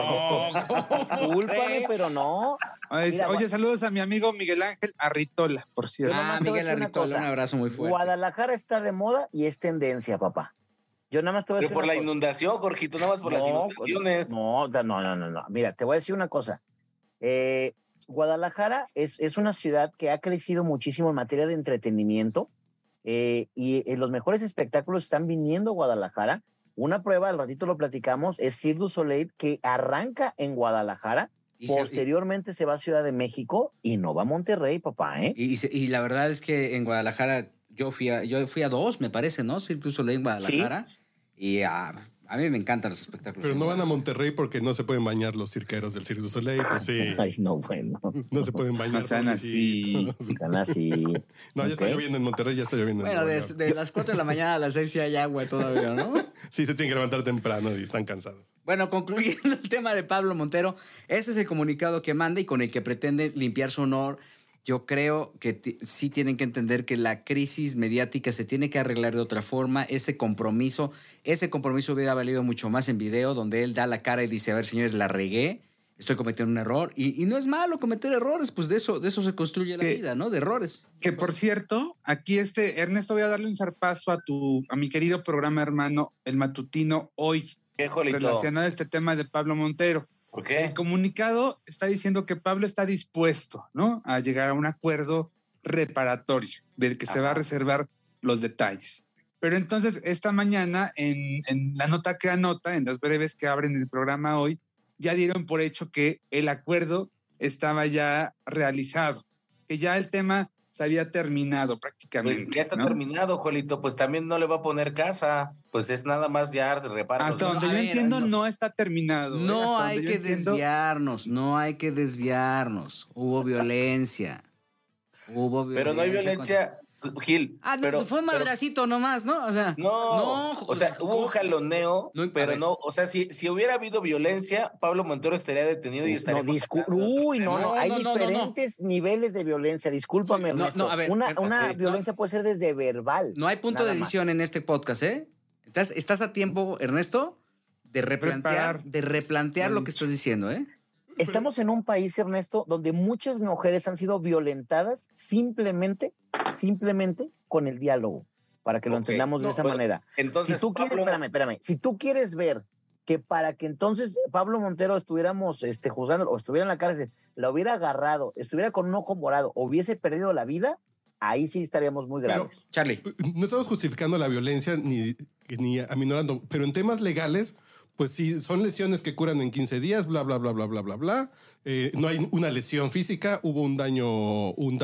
No, discúlpame, pero no. Oye, Mira, oye, saludos a mi amigo Miguel Ángel Arritola, por cierto. Yo Ah, nomás te voy a Miguel decir una Arritola, cosa. un abrazo muy fuerte. Guadalajara está de moda y es tendencia, papá. Yo nada más te voy a Pero decir por una la cosa. inundación, Jorgito, nada más por las No, inundaciones. No, no, no, no, no. Mira, te voy a decir una cosa. Eh, Guadalajara es, es una ciudad que ha crecido muchísimo en materia de entretenimiento eh, y eh, los mejores espectáculos están viniendo a Guadalajara. Una prueba, al ratito lo platicamos, es Cirque du Soleil, que arranca en Guadalajara, Y se- posteriormente se va a Ciudad de México y no va a Monterrey, papá, ¿eh? Y, y, se- y la verdad es que en Guadalajara yo fui a, yo fui a dos, me parece, ¿no? Cirque du Soleil en Guadalajara. Y a, a mí me encantan los espectáculos. Pero no van a Monterrey porque no se pueden bañar los cirqueros del Cirque du Soleil. Pues sí, Ay, no, bueno. no se pueden bañar. No sean así. pobrecitos. Están así. No, ya está Ok. lloviendo en Monterrey, ya está lloviendo en Bueno, Nueva de, York. de las cuatro de la mañana a las seis sí hay agua todavía, ¿no? Sí, se tienen que levantar temprano y están cansados. Bueno, concluyendo el tema de Pablo Montero, ese es el comunicado que manda y con el que pretende limpiar su honor. Yo creo que t- sí tienen que entender que la crisis mediática se tiene que arreglar de otra forma. Ese compromiso, ese compromiso hubiera valido mucho más en video, donde él da la cara y dice, a ver, señores, la regué, estoy cometiendo un error. Y, y no es malo cometer errores, pues de eso, de eso se construye la Que- vida, ¿no? De errores. Que por cierto, aquí este, Ernesto, voy a darle un zarpazo a tu, a mi querido programa hermano, el matutino hoy, ¿Qué, Jolito? relacionado a este tema de Pablo Montero. ¿Por qué? El comunicado está diciendo que Pablo está dispuesto, ¿no?, a llegar a un acuerdo reparatorio del que se va a Ajá. reservar los detalles. Pero entonces, esta mañana, en, en la nota que anota, en las breves que abren el programa hoy, ya dieron por hecho que el acuerdo estaba ya realizado, que ya el tema se había terminado prácticamente. Pues ya está ¿no? terminado, Jolito, pues también no le va a poner casa, pues es nada más ya se repara. Hasta los- donde a yo ver, entiendo, no. no, está terminado. ¿eh? No Hasta hay donde yo que entiendo, desviarnos, no hay que desviarnos. Hubo violencia. Hubo Pero no hay violencia, Gil. Ah, no, pero, fue madracito pero, nomás, ¿no? O sea, no, no o sea, hubo un jaloneo, no, pero no, o sea, si, si hubiera habido violencia, Pablo Montero estaría detenido y estaría. No, discu- Uy, no, no, no, hay no, diferentes no, no. niveles de violencia, discúlpame. Sí, no, no, a ver, una, una okay, violencia puede ser desde verbal. No hay punto de edición más. En este podcast, ¿eh? Estás, estás a tiempo, Ernesto, de replantear, Preparar. de replantear lo que estás diciendo, ¿eh? Estamos en un país, Ernesto, donde muchas mujeres han sido violentadas simplemente, simplemente con el diálogo, para que lo okay. entendamos de no, esa bueno, manera. Entonces, si tú Pablo... quieres, espérame, espérame, si tú quieres ver que para que entonces Pablo Montero estuviéramos este, juzgando o estuviera en la cárcel, la hubiera agarrado, estuviera con un ojo morado, o hubiese perdido la vida, ahí sí estaríamos muy graves. Pero, Charlie. No estamos justificando la violencia ni, ni aminorando, pero en temas legales, pues sí, son lesiones que curan en quince días, bla, bla, bla, bla, bla, bla, bla. Eh, no hay una lesión física, hubo un daño, un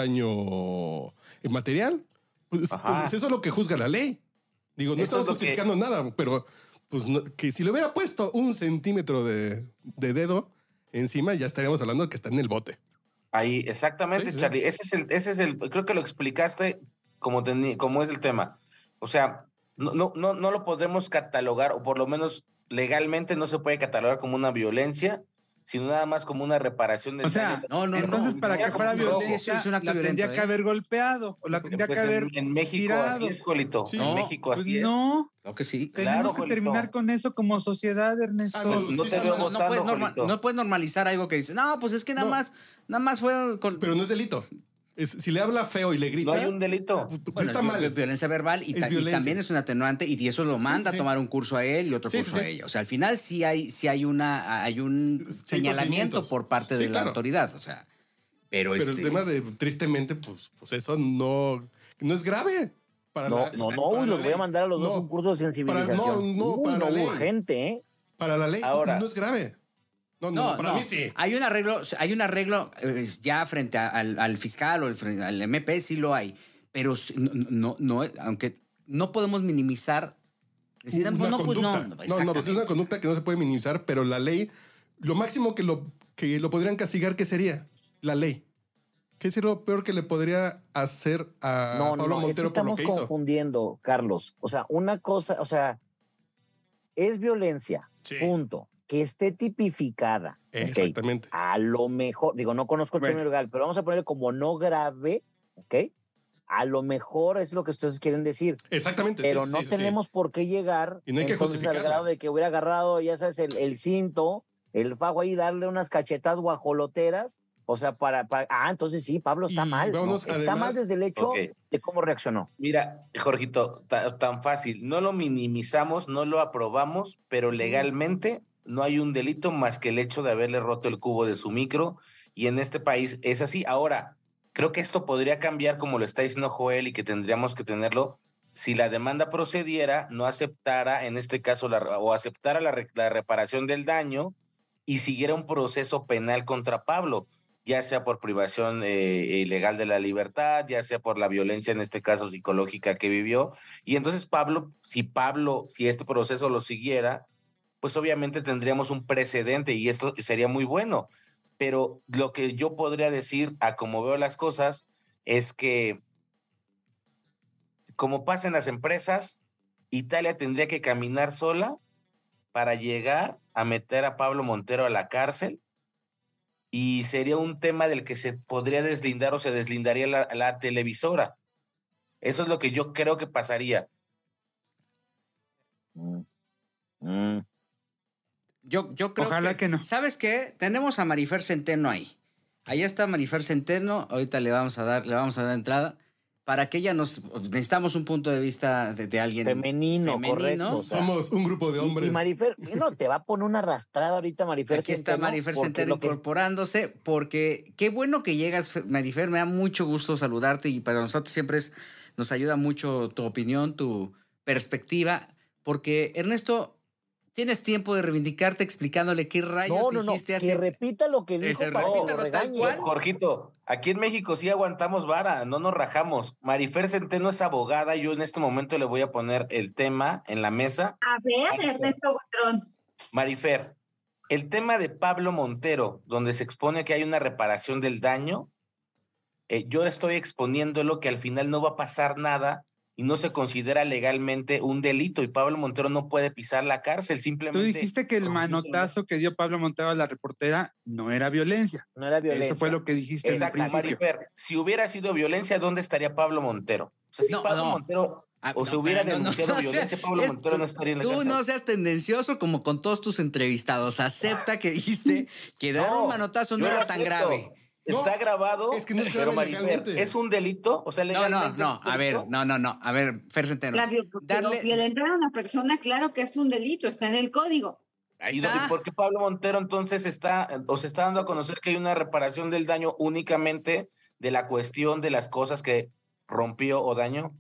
daño material. Pues, pues eso es lo que juzga la ley. Digo, no eso estamos es justificando que... nada, pero pues no, que si le hubiera puesto un centímetro de, de dedo encima, ya estaríamos hablando de que está en el bote. Ahí, exactamente, sí, Charlie. Sí. Ese es el, ese es el, creo que lo explicaste como, tení, como es el tema. O sea, no, no, no, no lo podemos catalogar, o por lo menos legalmente no se puede catalogar como una violencia, sino nada más como una reparación de o sea, no, no, entonces no, para no, que fuera violencia es una la tendría ¿eh? que haber golpeado o la tendría pues que haber en, en México tirado. Así es, Jolito. Sí. En México así pues es. No, creo que sí. Tenemos claro, que Jolito. terminar con eso como sociedad, Ernesto. Ah, pues no, sí, te veo no, votando, no, puedes norma, no puedes normalizar algo que dice, no, pues es que nada no. más, nada más fue con... Pero no es delito. Es, si le habla feo y le grita... No hay un delito. Pues bueno, está mal. Violencia verbal y, ta, y también es un atenuante y eso lo manda sí, sí. a tomar un curso a él y otro sí, curso sí. a ella. O sea, al final sí hay, sí hay, una, hay un sí, señalamiento por parte sí, de claro. la autoridad. O sea, pero, pero este... el tema de, tristemente, pues, pues eso no, no es grave. Para no, la, no, no, para los voy a mandar a los no, dos un curso de sensibilización. Para, no, no, Uy, para no la ley. urgente, ¿eh? Para la ley Ahora, no es grave. No, no, no, para no. mí sí. Hay un arreglo, hay un arreglo eh, ya frente a, al, al fiscal o el, al M P, sí lo hay. Pero no, no, no, aunque no podemos minimizar. Decir, una no, conducta. Pues no, no, no, pues es una conducta que no se puede minimizar, pero la ley, lo máximo que lo, que lo podrían castigar, ¿qué sería? La ley. ¿Qué sería lo peor que le podría hacer a no, Pablo no, Montero es que por lo que hizo? Estamos confundiendo, Carlos. O sea, una cosa, o sea, es violencia, sí. punto. Que esté tipificada. Exactamente. Okay. A lo mejor, digo, no conozco el bueno. término legal, pero vamos a ponerle como no grave, ¿ok? A lo mejor es lo que ustedes quieren decir. Exactamente. Pero sí, no sí, tenemos sí. por qué llegar y no hay que entonces al grado de que hubiera agarrado, ya sabes, el, el cinto, el fajo ahí y darle unas cachetadas guajoloteras. O sea, para, para... Ah, entonces sí, Pablo está y mal. ¿no? Está además, mal desde el hecho okay. de cómo reaccionó. Mira, Jorgito, tan fácil. No lo minimizamos, no lo aprobamos, pero legalmente no hay un delito más que el hecho de haberle roto el cubo de su micro. Y en este país es así. Ahora, creo que esto podría cambiar, como lo está diciendo Joel, y que tendríamos que tenerlo si la demanda procediera, no aceptara, en este caso, la, o aceptara la, la reparación del daño y siguiera un proceso penal contra Pablo, ya sea por privación eh, ilegal de la libertad, ya sea por la violencia, en este caso psicológica, que vivió. Y entonces Pablo, si Pablo, si este proceso lo siguiera, pues obviamente tendríamos un precedente y esto sería muy bueno. Pero lo que yo podría decir, a como veo las cosas, es que como pasa en las empresas, Italia tendría que caminar sola para llegar a meter a Pablo Montero a la cárcel. Y sería un tema del que se podría deslindar o se deslindaría la, la televisora. Eso es lo que yo creo que pasaría. Mm. Mm. Yo, yo creo Ojalá que, que no. ¿Sabes qué? Tenemos a Marifer Centeno ahí. Ahí está Marifer Centeno. Ahorita le vamos a dar, le vamos a dar entrada. Para que ella nos... Necesitamos un punto de vista de, de alguien... Femenino, femenino. Correcto. O sea, somos un grupo de hombres. Y, y Marifer, no, te va a poner una arrastrada ahorita Marifer Aquí Centeno. está Marifer Centeno incorporándose, es... porque qué bueno que llegas, Marifer. Me da mucho gusto saludarte y para nosotros siempre es, nos ayuda mucho tu opinión, tu perspectiva, porque Ernesto... Tienes tiempo de reivindicarte explicándole qué rayos no, no, dijiste no, hace... Que repita lo que dijo Ese, para repítalo que lo tal cual. Jorgito, aquí en México sí aguantamos vara, no nos rajamos. Marifer Centeno es abogada, yo en este momento le voy a poner el tema en la mesa. A ver, Ernesto Buitrón. Marifer, el tema de Pablo Montero, donde se expone que hay una reparación del daño, eh, yo estoy exponiéndolo que al final no va a pasar nada y no se considera legalmente un delito y Pablo Montero no puede pisar la cárcel, simplemente... Tú dijiste que el manotazo que dio Pablo Montero a la reportera no era violencia. No era violencia. Eso fue lo que dijiste Exacto, en el principio. Marifer, si hubiera sido violencia, ¿dónde estaría Pablo Montero? O sea, si No, Pablo no. Montero Ah, o no, se hubiera pero no, no, denunciado no, o sea, violencia, Pablo es- Montero no estaría en la Tú cárcel. no seas tendencioso como con todos tus entrevistados. Acepta que dijiste que dar No, un manotazo no yo lo era tan acepto. grave. Está No, grabado, es que no es pero grave Marifer, legalmente. ¿es un delito? O sea, No, no, legalmente no. es un A ver, delito. no, no, no. A ver, Fer Centeno. La vi- Darle. violentar a una persona, claro que es un delito, está en el código. Ahí ¿Y, do- y está. por qué Pablo Montero entonces está, o se está dando a conocer que hay una reparación del daño únicamente de la cuestión de las cosas que rompió o dañó?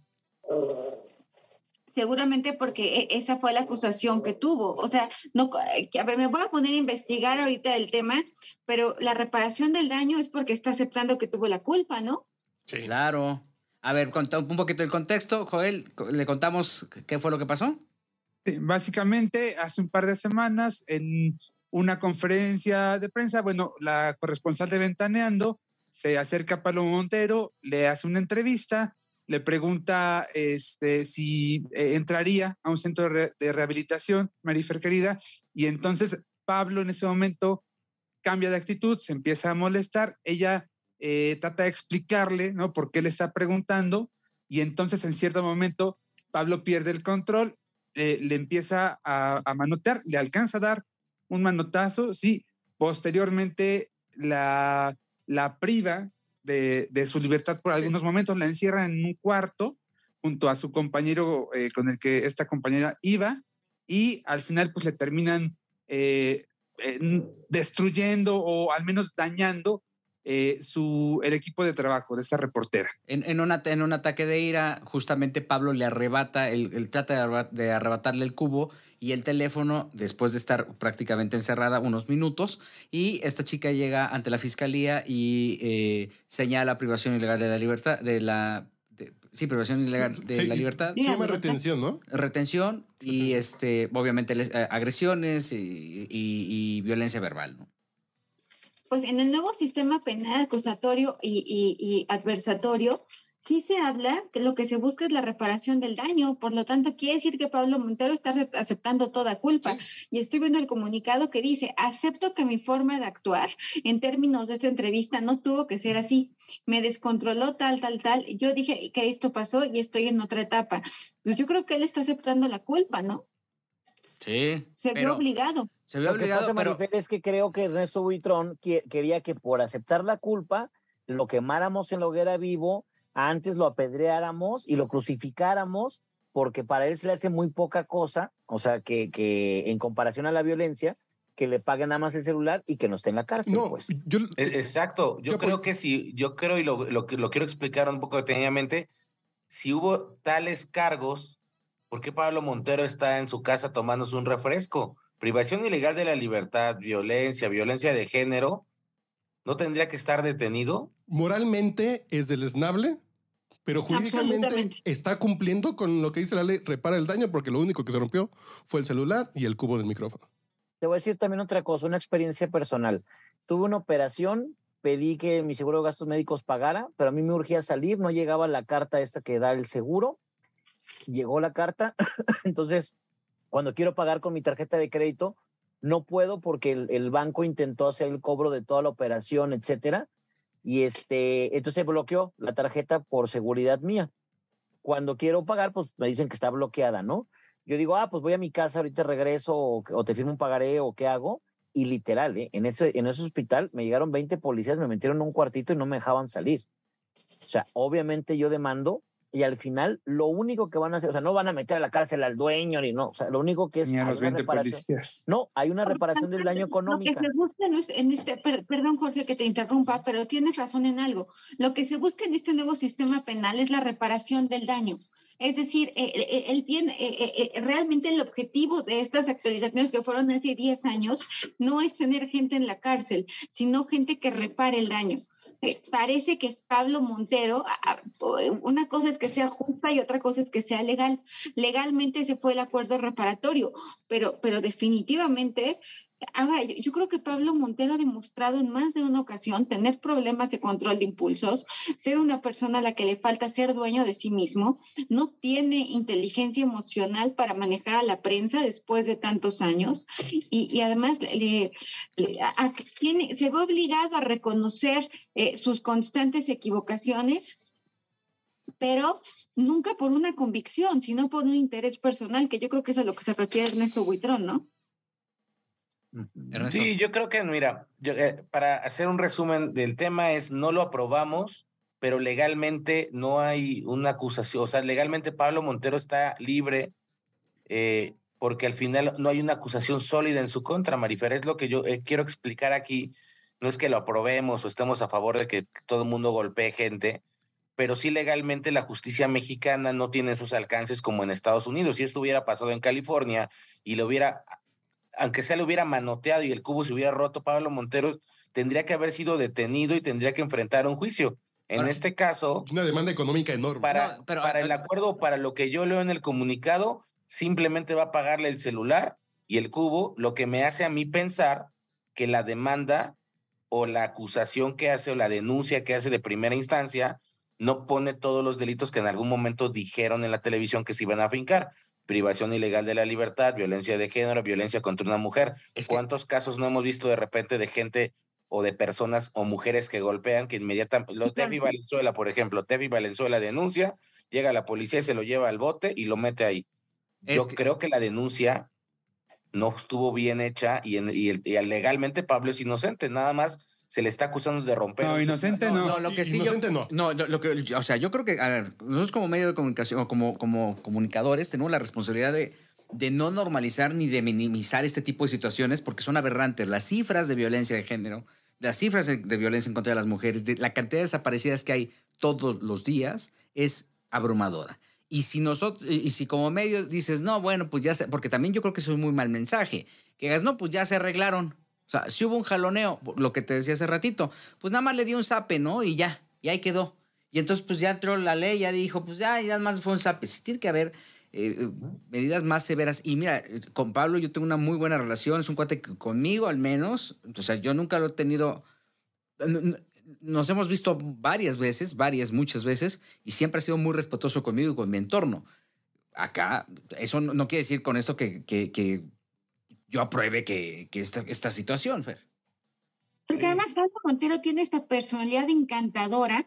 Seguramente porque e- esa fue la acusación que tuvo. O sea, no, eh, que, a ver, me voy a poner a investigar ahorita el tema, pero la reparación del daño es porque está aceptando que tuvo la culpa, ¿no? Sí. Claro. A ver, conta un poquito el contexto. Joel, ¿le contamos qué fue lo que pasó? Sí, básicamente, hace un par de semanas, en una conferencia de prensa, bueno, la corresponsal de Ventaneando se acerca a Pablo Montero, le hace una entrevista, le pregunta este, si eh, entraría a un centro de, re- de rehabilitación, Marifer querida, y entonces Pablo en ese momento cambia de actitud, se empieza a molestar, ella eh, trata de explicarle, ¿no?, por qué le está preguntando, y entonces en cierto momento Pablo pierde el control, eh, le empieza a, a manotear, le alcanza a dar un manotazo, sí, posteriormente la, la priva de, de su libertad por algunos momentos, la encierra en un cuarto junto a su compañero eh, con el que esta compañera iba, y al final pues le terminan eh, eh, destruyendo o al menos dañando eh, su, el equipo de trabajo de esta reportera. En, en, una, en un ataque de ira, justamente Pablo le arrebata, el, el trata de, arrebat- de arrebatarle el cubo y el teléfono después de estar prácticamente encerrada unos minutos. Y esta chica llega ante la fiscalía y eh, señala privación ilegal de la libertad, de la... de- sí, privación ilegal de Sí, la libertad. Se llama retención, ¿no? Retención y este, obviamente les- eh, agresiones y, y- y violencia verbal, ¿no? Pues en el nuevo sistema penal acusatorio y, y, y adversatorio, sí se habla que lo que se busca es la reparación del daño. Por lo tanto, quiere decir que Pablo Montero está re- aceptando toda culpa. Sí. Y estoy viendo el comunicado que dice, acepto que mi forma de actuar en términos de esta entrevista no tuvo que ser así. Me descontroló tal, tal, tal. Yo dije que esto pasó y estoy en otra etapa. Pues yo creo que él está aceptando la culpa, ¿no? Sí. Se vio pero obligado. Se ve Lo que obligado, pasa, pero... Marifer, es que creo que Ernesto Buitrón que- quería que por aceptar la culpa lo quemáramos en la hoguera vivo, antes lo apedreáramos y lo crucificáramos, porque para él se le hace muy poca cosa, o sea, que, que en comparación a la violencia, que le paguen nada más el celular y que no esté en la cárcel, No, pues. yo, E- Exacto, yo Yo creo apoyo- que sí, yo creo y lo, lo, que- lo quiero explicar un poco detenidamente, si hubo tales cargos, ¿por qué Pablo Montero está en su casa tomándose un refresco? Privación ilegal de la libertad, violencia, violencia de género, ¿no tendría que estar detenido? moralmente es deleznable, pero jurídicamente Absolutamente. está cumpliendo con lo que dice la ley, repara el daño, porque lo único que se rompió fue el celular y el cubo del micrófono. Te voy a decir también otra cosa, una experiencia personal. Tuve una operación, pedí que mi seguro de gastos médicos pagara, pero a mí me urgía salir, no llegaba la carta esta que da el seguro. Llegó la carta, entonces cuando quiero pagar con mi tarjeta de crédito, no puedo porque el, el banco intentó hacer el cobro de toda la operación, etcétera, y este, entonces bloqueó la tarjeta por seguridad mía. Cuando quiero pagar, pues me dicen que está bloqueada, ¿no? Yo digo, ah, pues voy a mi casa, ahorita regreso, o, o te firmo un pagaré, o qué hago. Y literal, ¿eh? en, ese, en ese hospital me llegaron veinte policías, me metieron en un cuartito y no me dejaban salir. O sea, obviamente yo demando, y al final lo único que van a hacer, o sea, no van a meter a la cárcel al dueño, ni no, o sea, lo único que es... Ni a hay los una veinte reparación. policías. No, hay una reparación del daño Lo económica. que se busca no es- en este, per- perdón Jorge que te interrumpa, pero tienes razón en algo. Lo que se busca en este nuevo sistema penal es la reparación del daño. Es decir, eh, eh, el bien, eh, eh, eh, realmente el objetivo de estas actualizaciones que fueron hace diez años no es tener gente en la cárcel, sino gente que repare el daño. Eh, parece que Pablo Montero, a- a- una cosa es que sea justa y otra cosa es que sea legal. Legalmente ese fue el acuerdo reparatorio, pero, pero definitivamente Ahora, yo, yo creo que Pablo Montero ha demostrado en más de una ocasión tener problemas de control de impulsos, ser una persona a la que le falta ser dueño de sí mismo, no tiene inteligencia emocional para manejar a la prensa después de tantos años y, y además le, le- a- a- tiene, se ve obligado a reconocer eh, sus constantes equivocaciones, pero nunca por una convicción, sino por un interés personal, que yo creo que es a lo que se refiere Ernesto Buitrón, ¿no? Ernesto. Sí, yo creo que, mira, yo, eh, para hacer un resumen del tema es, no lo aprobamos, pero legalmente no hay una acusación, o sea, legalmente Pablo Montero está libre eh, porque al final no hay una acusación sólida en su contra, Marifer, es lo que yo eh, quiero explicar aquí, no es que lo aprobemos o estemos a favor de que todo el mundo golpee gente, pero sí legalmente la justicia mexicana no tiene esos alcances como en Estados Unidos. Si esto hubiera pasado en California y lo hubiera aunque sea le hubiera manoteado y el cubo se hubiera roto, Pablo Montero tendría que haber sido detenido y tendría que enfrentar un juicio. En Ahora, este caso, Una demanda económica enorme. para, No, pero- para el acuerdo, para lo que yo leo en el comunicado, simplemente va a pagarle el celular y el cubo, lo que me hace a mí pensar que la demanda o la acusación que hace o la denuncia que hace de primera instancia no pone todos los delitos que en algún momento dijeron en la televisión que se iban a fincar. Privación ilegal de la libertad, violencia de género, violencia contra una mujer. Es que- ¿Cuántos casos no hemos visto de repente de gente o de personas o mujeres que golpean que inmediatamente, los Tefi Valenzuela, por ejemplo, Tefi Valenzuela denuncia, llega la policía y se lo lleva al bote y lo mete ahí. Yo Es que- creo que la denuncia no estuvo bien hecha y, en, y, el, y legalmente Pablo es inocente, nada más se le está acusando de romper. No, un- inocente no. No, lo que sí yo, Inocente no. no, lo, lo que, o sea, yo creo que, a ver, nosotros como medio de comunicación, o como, como comunicadores, tenemos la responsabilidad de, de no normalizar ni de minimizar este tipo de situaciones porque son aberrantes. Las cifras de violencia de género, las cifras de, de violencia en contra de las mujeres, de la cantidad de desaparecidas que hay todos los días es abrumadora. Y si nosotros, y si como medio dices, no, bueno, pues ya se, porque también yo creo que eso es muy mal mensaje, que digas, no, pues ya se arreglaron. O sea, si hubo un jaloneo, lo que te decía hace ratito, pues nada más le dio un zape, ¿no? Y ya, y ahí quedó. Y entonces, pues ya entró la ley, ya dijo, pues ya, ya más fue un zape. Sí tiene que haber eh, medidas más severas. Y mira, eh, con Pablo yo tengo una muy buena relación, es un cuate que conmigo al menos, o sea, yo nunca lo he tenido, n- n- nos hemos visto varias veces, varias, muchas veces, y siempre ha sido muy respetuoso conmigo y con mi entorno. Acá, eso no, no quiere decir con esto que, que, que yo apruebe que, que esta, esta situación, Fer. Porque además Pablo Montero tiene esta personalidad encantadora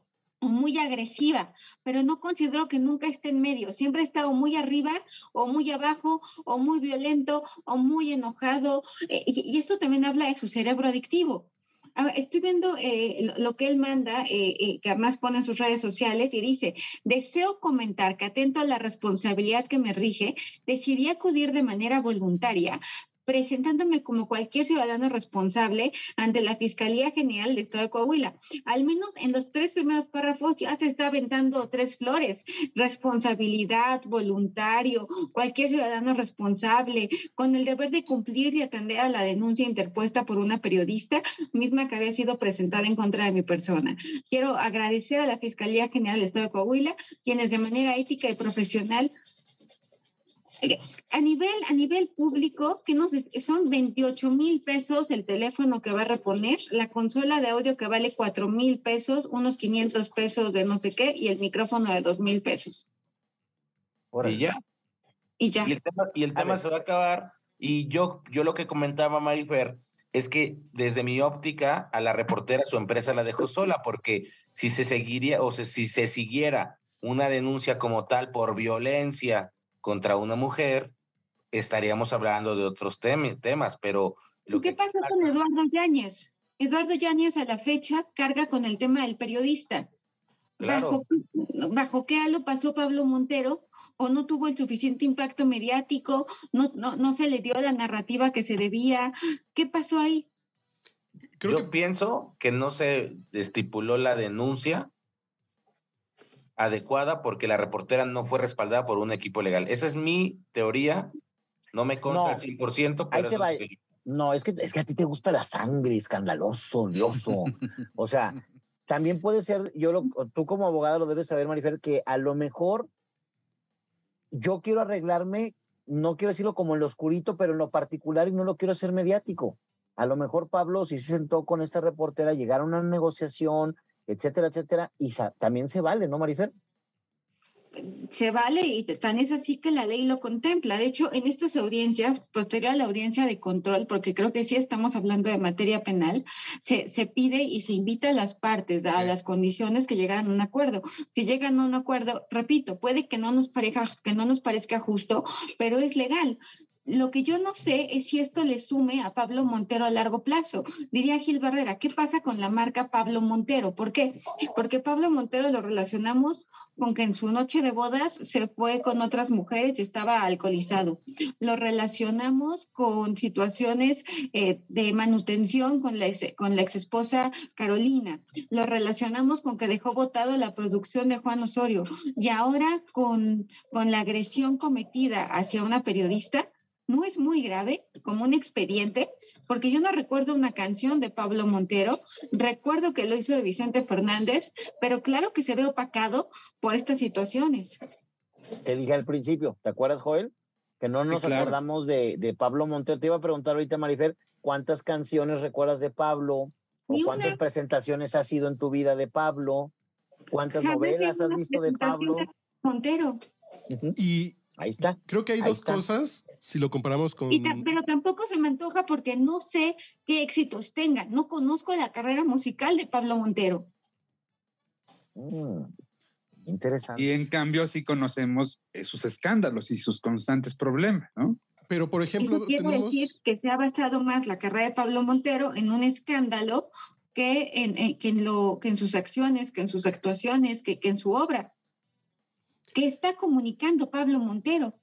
o muy agresiva, pero no considero que nunca esté en medio. Siempre ha estado muy arriba o muy abajo o muy violento o muy enojado. Eh, y, y esto también habla de su cerebro adictivo. A ver, estoy viendo eh, lo, lo que él manda, eh, eh, que además pone en sus redes sociales y dice, deseo comentar que atento a la responsabilidad que me rige, decidí acudir de manera voluntaria presentándome como cualquier ciudadano responsable ante la Fiscalía General del Estado de Coahuila. Al menos en los tres primeros párrafos ya se está aventando tres flores: responsabilidad, voluntario, cualquier ciudadano responsable, con el deber de cumplir y atender a la denuncia interpuesta por una periodista, misma que había sido presentada en contra de mi persona. Quiero agradecer a la Fiscalía General del Estado de Coahuila, quienes de manera ética y profesional a nivel, a nivel público, que no sé, son veintiocho mil pesos el teléfono que va a reponer, la consola de audio que vale cuatro mil pesos, unos quinientos pesos de no sé qué, y el micrófono de dos mil pesos. Y ya. Y ya. Y el tema, y el tema se va a acabar. Y yo, yo lo que comentaba Marifer es que desde mi óptica a la reportera su empresa la dejó sola, porque si se seguiría o se, si se siguiera una denuncia como tal por violencia contra una mujer, estaríamos hablando de otros tem temas, pero... Lo ¿Y qué que pasa con Eduardo Yáñez? Eduardo Yáñez a la fecha carga con el tema del periodista. Claro. ¿Bajo, bajo qué halo pasó Pablo Montero? ¿O no tuvo el suficiente impacto mediático? ¿No, no, no se le dio la narrativa que se debía? ¿Qué pasó ahí? Creo Yo que pienso que no se estipuló la denuncia adecuada porque la reportera no fue respaldada por un equipo legal. Esa es mi teoría. No me consta No, al cien por ciento, ahí pero te eso va. es lo que yo- No, es que, es que a ti te gusta la sangre, escandaloso, odioso. O sea, también puede ser, yo lo, tú como abogada lo debes saber, Marifer, que a lo mejor yo quiero arreglarme no quiero decirlo como en lo oscurito, pero en lo particular, y no lo quiero hacer mediático. A lo mejor Pablo sí se sentó con esta reportera, llegaron a una negociación, etcétera, etcétera, y sa- también se vale, ¿no, Marifer? Se vale y tan es así que la ley lo contempla. De hecho, en estas audiencias, posterior a la audiencia de control, porque creo que sí estamos hablando de materia penal, se, se pide y se invita a las partes a Sí. las condiciones que llegaran a un acuerdo. Si llegan a un acuerdo, repito, puede que no nos parezca, que no nos parezca justo, pero es legal. Lo que yo no sé es si esto le sume a Pablo Montero a largo plazo. Diría Gil Barrera, ¿qué pasa con la marca Pablo Montero? ¿Por qué? Porque Pablo Montero lo relacionamos con que en su noche de bodas se fue con otras mujeres y estaba alcoholizado. Lo relacionamos con situaciones eh, de manutención con la, ex, con la ex esposa Carolina. Lo relacionamos con que dejó botado la producción de Juan Osorio. Y ahora con, con la agresión cometida hacia una periodista, no es muy grave como un expediente, porque yo no recuerdo una canción de Pablo Montero, recuerdo que lo hizo de Vicente Fernández, pero claro que se ve opacado por estas situaciones. Te dije al principio, ¿te acuerdas, Joel? Que no nos Sí, claro. acordamos de, de Pablo Montero. Te iba a preguntar ahorita, Marifer, ¿cuántas canciones recuerdas de Pablo? ¿O Ni cuántas una. presentaciones has sido en tu vida de Pablo? ¿Cuántas Jamás novelas vi has una visto de presentación Pablo? de Montero. Ujú. Y Ahí está. creo que hay Ahí dos está. cosas, si lo comparamos con... Y ta- pero tampoco se me antoja porque no sé qué éxitos tenga. No conozco la carrera musical de Pablo Montero. Mm, interesante. Y en cambio sí conocemos eh, sus escándalos y sus constantes problemas, ¿no? Pero, por ejemplo, Eso quiere tenemos... decir que se ha basado más la carrera de Pablo Montero en un escándalo que en, en- que en lo, que en sus acciones, que en sus actuaciones, que, que en su obra. ¿Qué está comunicando Pablo Montero?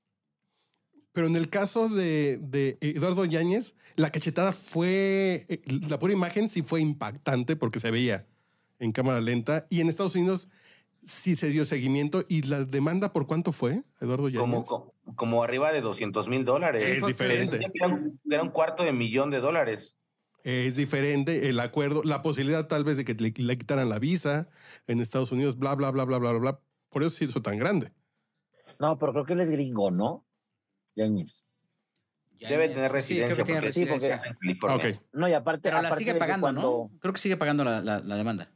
Pero en el caso de, de Eduardo Yáñez, la cachetada fue, eh, la pura imagen sí fue impactante porque se veía en cámara lenta. Y en Estados Unidos sí se dio seguimiento. ¿Y la demanda por cuánto fue, Eduardo Yáñez? Como, como, como arriba de doscientos mil dólares. Es Fue- diferente. decía que Era un, era un cuarto de millón de dólares. Es diferente el acuerdo, la posibilidad tal vez de que le, le quitaran la visa en Estados Unidos, bla, bla, bla, bla, bla, bla, bla. Por eso se hizo tan grande. No, pero creo que él es gringo, ¿no? Yáñez. Debe tener Sí, creo que residencia tiene porque sí, porque- se hace en Ah, California. ok. No, y aparte. Pero la aparte sigue de que pagando, cuando... ¿no? Creo que sigue pagando la, la, la demanda.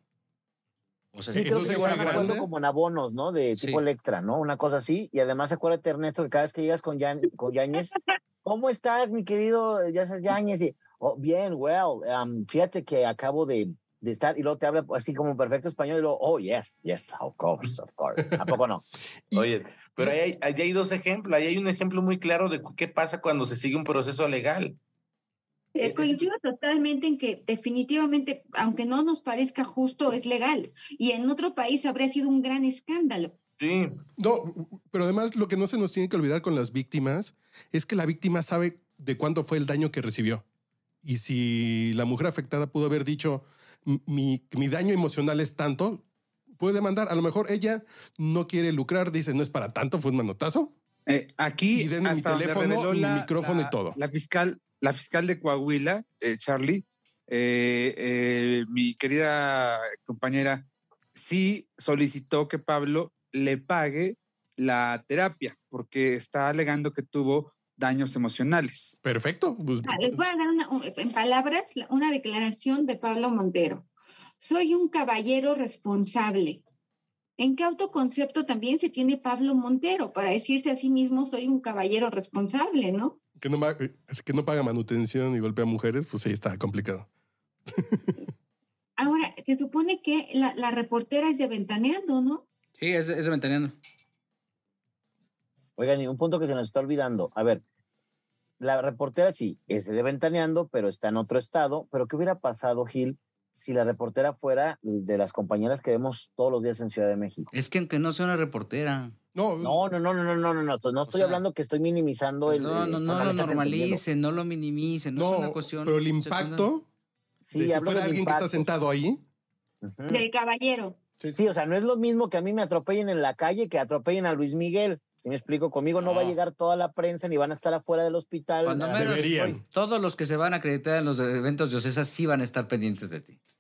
O sea, Sí, Sí, creo eso que sí se fue van grande. acuerdo como en abonos, ¿no? De tipo Sí. Electra, ¿no? Una cosa así. Y además acuérdate, Ernesto, que cada vez que llegas con, Yan, con Yáñez, ¿cómo estás, mi querido ya sabes, Yáñez? Y, oh, bien, well, um, fíjate que acabo de, de estar, y luego te habla así como perfecto español, y luego, oh, yes, yes, of course, of course. ¿A poco no? Y- Oye, pero ahí hay, ahí hay dos ejemplos. Ahí hay un ejemplo muy claro de qué pasa cuando se sigue un proceso legal. Eh, Eh, coincido totalmente en que definitivamente, aunque no nos parezca justo, es legal. Y en otro país habría sido un gran escándalo. Sí, No, pero además lo que no se nos tiene que olvidar con las víctimas es que la víctima sabe de cuánto fue el daño que recibió. Y si la mujer afectada pudo haber dicho, mi, mi daño emocional es tanto, puede demandar. A lo mejor ella no quiere lucrar, dice, no es para tanto, fue un manotazo. Eh, aquí, Y denme mi hasta donde teléfono, reveló mi la, micrófono la- y todo. La fiscal, la fiscal de Coahuila, eh, Charlie, eh, eh, mi querida compañera, sí solicitó que Pablo le pague la terapia porque está alegando que tuvo daños emocionales. Perfecto. Pues, Ah, les voy a dar una- en palabras la- una declaración de Pablo Montero. Soy un caballero responsable. ¿En qué autoconcepto también se tiene Pablo Montero para decirse a sí mismo soy un caballero responsable, ¿no? que, no, ma- eh, es que no paga manutención y golpea a mujeres, pues ahí está complicado. Ahora, se supone que la, la reportera es de Ventaneando, ¿no? Sí, es, es de Ventaneando. Oigan, y un punto que se nos está olvidando. A ver, la reportera sí, es de Ventaneando, pero está en otro estado. Pero ¿qué hubiera pasado, Gil, si la reportera fuera de las compañeras que vemos todos los días en Ciudad de México? Es que aunque no sea una reportera. No, No, no, no, no, no, no, no, no, no estoy sea, hablando que estoy minimizando el... No, el- no, esto no lo me estás entendiendo. normalice, no lo minimice, no, es una cuestión. pero el secundaria. impacto, Sí, de si hablo fuera del alguien que está impacto. sentado ahí, Ujú. Del caballero. Sí, o sea, no es lo mismo que a mí me atropellen en la calle que atropellen a Luis Miguel. Si me explico, conmigo no va a No. llegar toda la prensa ni van a estar afuera del hospital. Cuando Ah, menos, Deberían. todos los que se van a acreditar en los eventos de Ocesa sí van a estar pendientes de ti.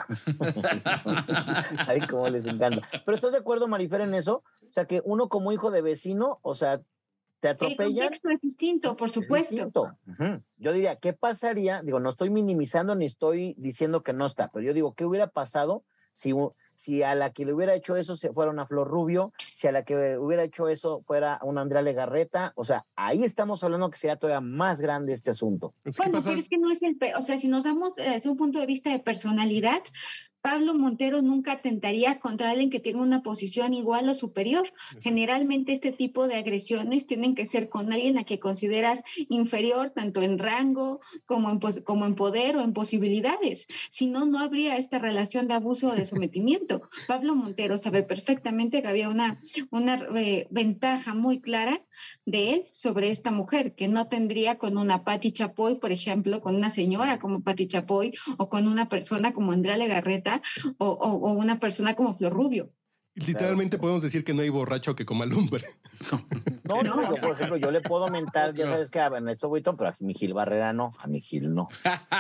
Ay, cómo les encanta. Pero ¿estás de acuerdo, Marifer, en eso? O sea, que uno como hijo de vecino, o sea, te El atropellan. contexto es distinto, por Es supuesto. distinto. Ujú. Yo diría, ¿qué pasaría? Digo, no estoy minimizando ni estoy diciendo que no está, pero yo digo, ¿qué hubiera pasado si, u- si a la que le hubiera hecho eso se fuera una Flor Rubio, si a la que hubiera hecho eso fuera una Andrea Legarreta? O sea, ahí estamos hablando que sería todavía más grande este asunto. Es que Bueno, pasa- pero es que no es el, pe- o sea, si nos damos eh, desde un punto de vista de personalidad, Pablo Montero nunca atentaría contra alguien que tenga una posición igual o superior. Exacto. Generalmente este tipo de agresiones tienen que ser con alguien a que consideras inferior, tanto en rango como en, pos- como en poder o en posibilidades. Si no, no habría esta relación de abuso o de sometimiento. Pablo Montero sabe perfectamente que había una, una eh, ventaja muy clara de él sobre esta mujer, que no tendría con una Patti Chapoy, por ejemplo, con una señora como Patti Chapoy o con una persona como Andrea Legarreta o, o, o una persona como Flor Rubio. Literalmente podemos decir que no hay borracho que coma lumbre. No, no, No. yo, por ejemplo, yo le puedo mentar, ya Otro. sabes que a Ernesto Buitrón, pero a mi Gil Barrera no, a mi Gil no.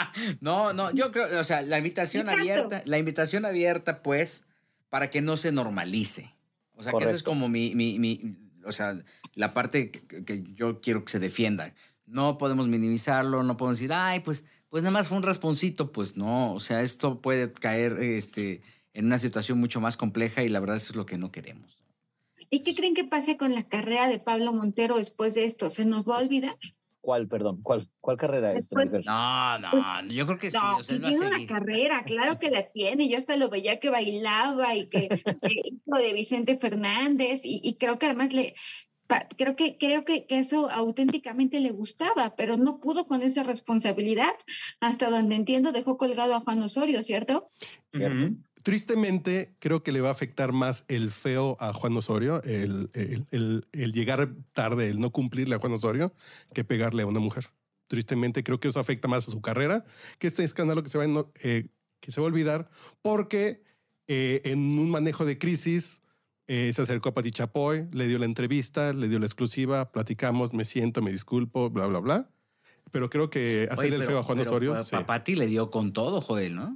No, no, yo creo, o sea, la invitación Exacto. abierta, la invitación abierta, pues, para que no se normalice. O sea, que esa es Correcto. como mi, mi, mi, o sea, la parte que, que yo quiero que se defienda. No podemos minimizarlo, no podemos decir, ay, pues, pues nada más fue un rasponcito. Pues no, o sea, esto puede caer este, en una situación mucho más compleja y la verdad eso es lo que no queremos. ¿Y qué creen que pase con la carrera de Pablo Montero después de esto? ¿Se nos va a olvidar? ¿Cuál, perdón? ¿Cuál, cuál carrera es? Después- No, no, Pues, yo creo que sí, No, o sea, sí él va a tiene una seguir. carrera, claro que la tiene. Yo hasta lo veía que bailaba y que que hijo de Vicente Fernández y, y creo que además le, pa- creo que creo que, que eso auténticamente le gustaba, pero no pudo con esa responsabilidad. Hasta donde entiendo dejó colgado a Juan Osorio, ¿cierto? ¿Cierto? Ujú. Tristemente, creo que le va a afectar más el feo a Juan Osorio, el, el- el- el llegar tarde, el no cumplirle a Juan Osorio, que pegarle a una mujer. Tristemente, creo que eso afecta más a su carrera que este escándalo que se va, a no- eh, que se va a olvidar, porque eh, en un manejo de crisis eh, se acercó a Pati Chapoy, le dio la entrevista, le dio la exclusiva, platicamos, me siento, me disculpo, bla, bla, bla. Pero creo que hacerle el feo a Juan pero, Osorio, pa- sí. pa- Pati le dio con todo, Joel, ¿no?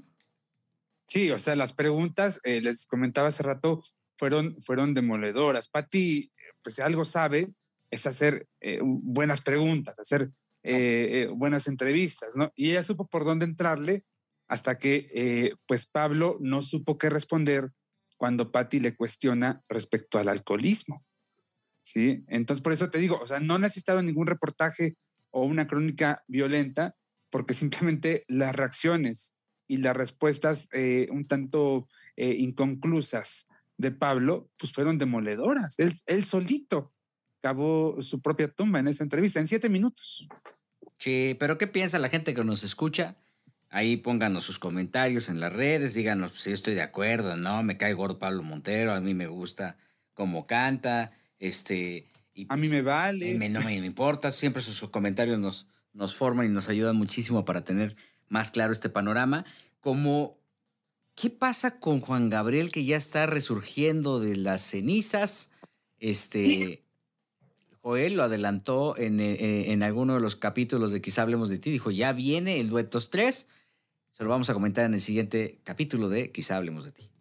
Sí, o sea, las preguntas, eh, les comentaba hace rato, fueron, fueron demoledoras. Pati, pues si algo sabe, es hacer eh, buenas preguntas, hacer eh, eh, buenas entrevistas, ¿no? Y ella supo por dónde entrarle hasta que, eh, pues Pablo no supo qué responder cuando Pati le cuestiona respecto al alcoholismo, ¿sí? Entonces, por eso te digo, o sea, no necesitaron ningún reportaje o una crónica violenta, porque simplemente las reacciones y las respuestas eh, un tanto eh, inconclusas de Pablo, pues fueron demoledoras. Él, él solito cavó su propia tumba en esa entrevista, en siete minutos. Sí, pero ¿qué piensa la gente que nos escucha? Ahí pónganos sus comentarios en las redes, díganos si yo estoy de acuerdo, no, me cae gordo Pablo Montero, a mí me gusta cómo canta, este... y A mí me vale. eh, me- no me, me importa, siempre sus comentarios nos, nos forman y nos ayudan muchísimo para tener más claro este panorama. Como, ¿qué pasa con Juan Gabriel que ya está resurgiendo de las cenizas? Este... Joel lo adelantó en, eh, en alguno de los capítulos de Quizá Hablemos de Ti. Dijo, ya viene el Duetos tres. Se lo vamos a comentar en el siguiente capítulo de Quizá Hablemos de Ti.